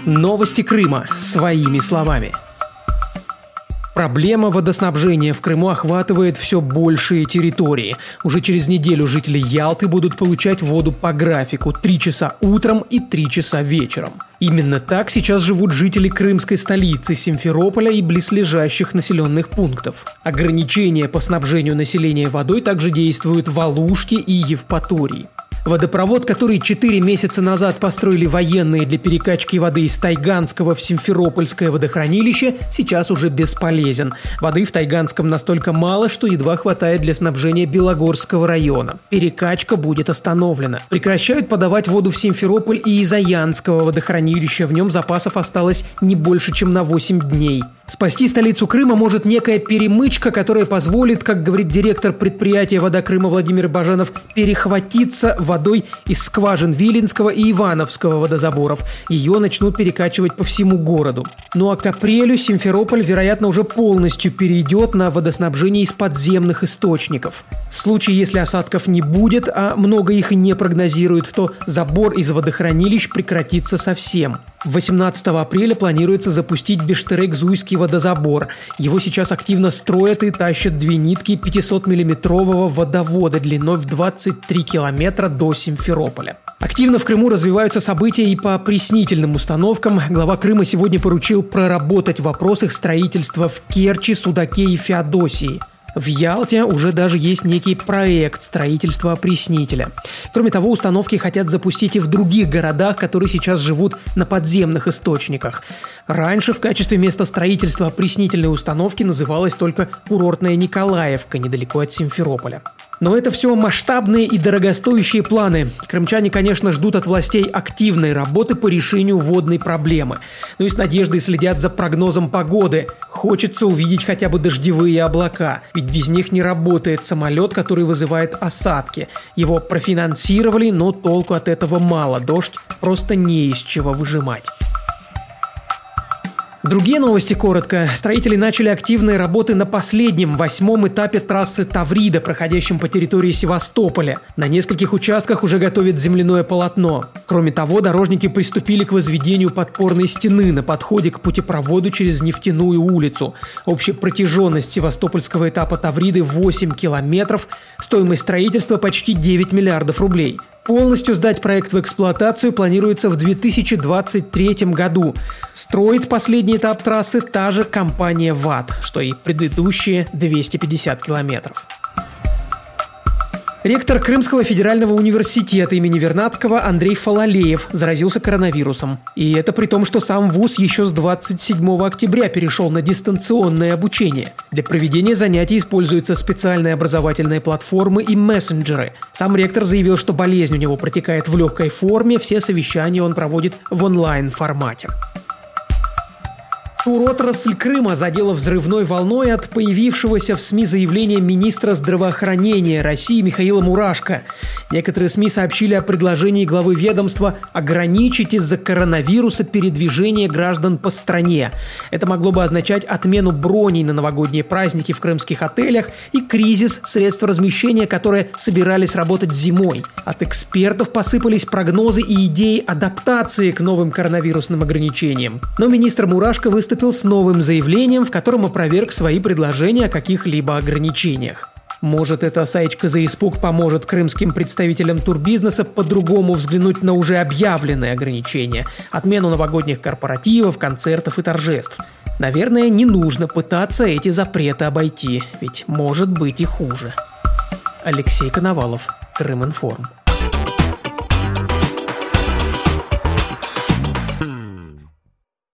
Новости Крыма своими словами. Проблема водоснабжения в Крыму охватывает все большие территории. Уже через неделю жители Ялты будут получать воду по графику 3 часа утром и 3 часа вечером. Именно так сейчас живут жители крымской столицы Симферополя и близлежащих населенных пунктов. Ограничения по снабжению населения водой также действуют в Алушке и Евпатории. Водопровод, который 4 месяца назад построили военные для перекачки воды из Тайганского в Симферопольское водохранилище, сейчас уже бесполезен. Воды в Тайганском настолько мало, что едва хватает для снабжения Белогорского района. Перекачка будет остановлена. Прекращают подавать воду в Симферополь и из Аянского водохранилища. В нем запасов осталось не больше, чем на 8 дней. Спасти столицу Крыма может некая перемычка, которая позволит, как говорит директор предприятия «Вода Крыма» Владимир Баженов, перехватиться водой из скважин Виленского и Ивановского водозаборов. Ее начнут перекачивать по всему городу. Ну а к апрелю Симферополь, вероятно, уже полностью перейдет на водоснабжение из подземных источников. В случае, если осадков не будет, а много их и не прогнозируют, то забор из водохранилищ прекратится совсем. 18 апреля планируется запустить Бештерек-Зуйский водозабор. Его сейчас активно строят и тащат 2 нитки 500-миллиметрового водовода длиной в 23 километра до Симферополя. Активно в Крыму развиваются события и по опреснительным установкам. Глава Крыма сегодня поручил проработать вопрос их строительства в Керчи, Судаке и Феодосии. В Ялте уже даже есть некий проект строительства опреснителя. Кроме того, установки хотят запустить и в других городах, которые сейчас живут на подземных источниках. Раньше в качестве места строительства опреснительной установки называлась только курортная Николаевка, недалеко от Симферополя. Но это все масштабные и дорогостоящие планы. Крымчане, конечно, ждут от властей активной работы по решению водной проблемы. Но и с надеждой следят за прогнозом погоды. Хочется увидеть хотя бы дождевые облака. Ведь без них не работает самолет, который вызывает осадки. Его профинансировали, но толку от этого мало. Дождь просто не из чего выжимать. Другие новости коротко. Строители начали активные работы на последнем, 8-м этапе трассы Таврида, проходящем по территории Севастополя. На нескольких участках уже готовят земляное полотно. Кроме того, дорожники приступили к возведению подпорной стены на подходе к путепроводу через Нефтяную улицу. Общая протяженность севастопольского этапа Тавриды 8 километров, стоимость строительства почти 9 миллиардов рублей. Полностью сдать проект в эксплуатацию планируется в 2023 году. Строит последний этап трассы та же компания ВАТ, что и предыдущие 250 километров. Ректор Крымского федерального университета имени Вернадского Андрей Фалалеев заразился коронавирусом. И это при том, что сам вуз еще с 27 октября перешел на дистанционное обучение. Для проведения занятий используются специальные образовательные платформы и мессенджеры. Сам ректор заявил, что болезнь у него протекает в легкой форме, все совещания он проводит в онлайн-формате. Туротрасль Крыма задела взрывной волной от появившегося в СМИ заявления министра здравоохранения России Михаила Мурашко. Некоторые СМИ сообщили о предложении главы ведомства ограничить из-за коронавируса передвижение граждан по стране. Это могло бы означать отмену броней на новогодние праздники в крымских отелях и кризис средств размещения, которые собирались работать зимой. От экспертов посыпались прогнозы и идеи адаптации к новым коронавирусным ограничениям. Но министр Мурашко выступил с новым заявлением, в котором опроверг свои предложения о каких-либо ограничениях. Может, эта саечка за испуг поможет крымским представителям турбизнеса по-другому взглянуть на уже объявленные ограничения, отмену новогодних корпоративов, концертов и торжеств. Наверное, не нужно пытаться эти запреты обойти, ведь может быть и хуже. Алексей Коновалов, Крыминформ.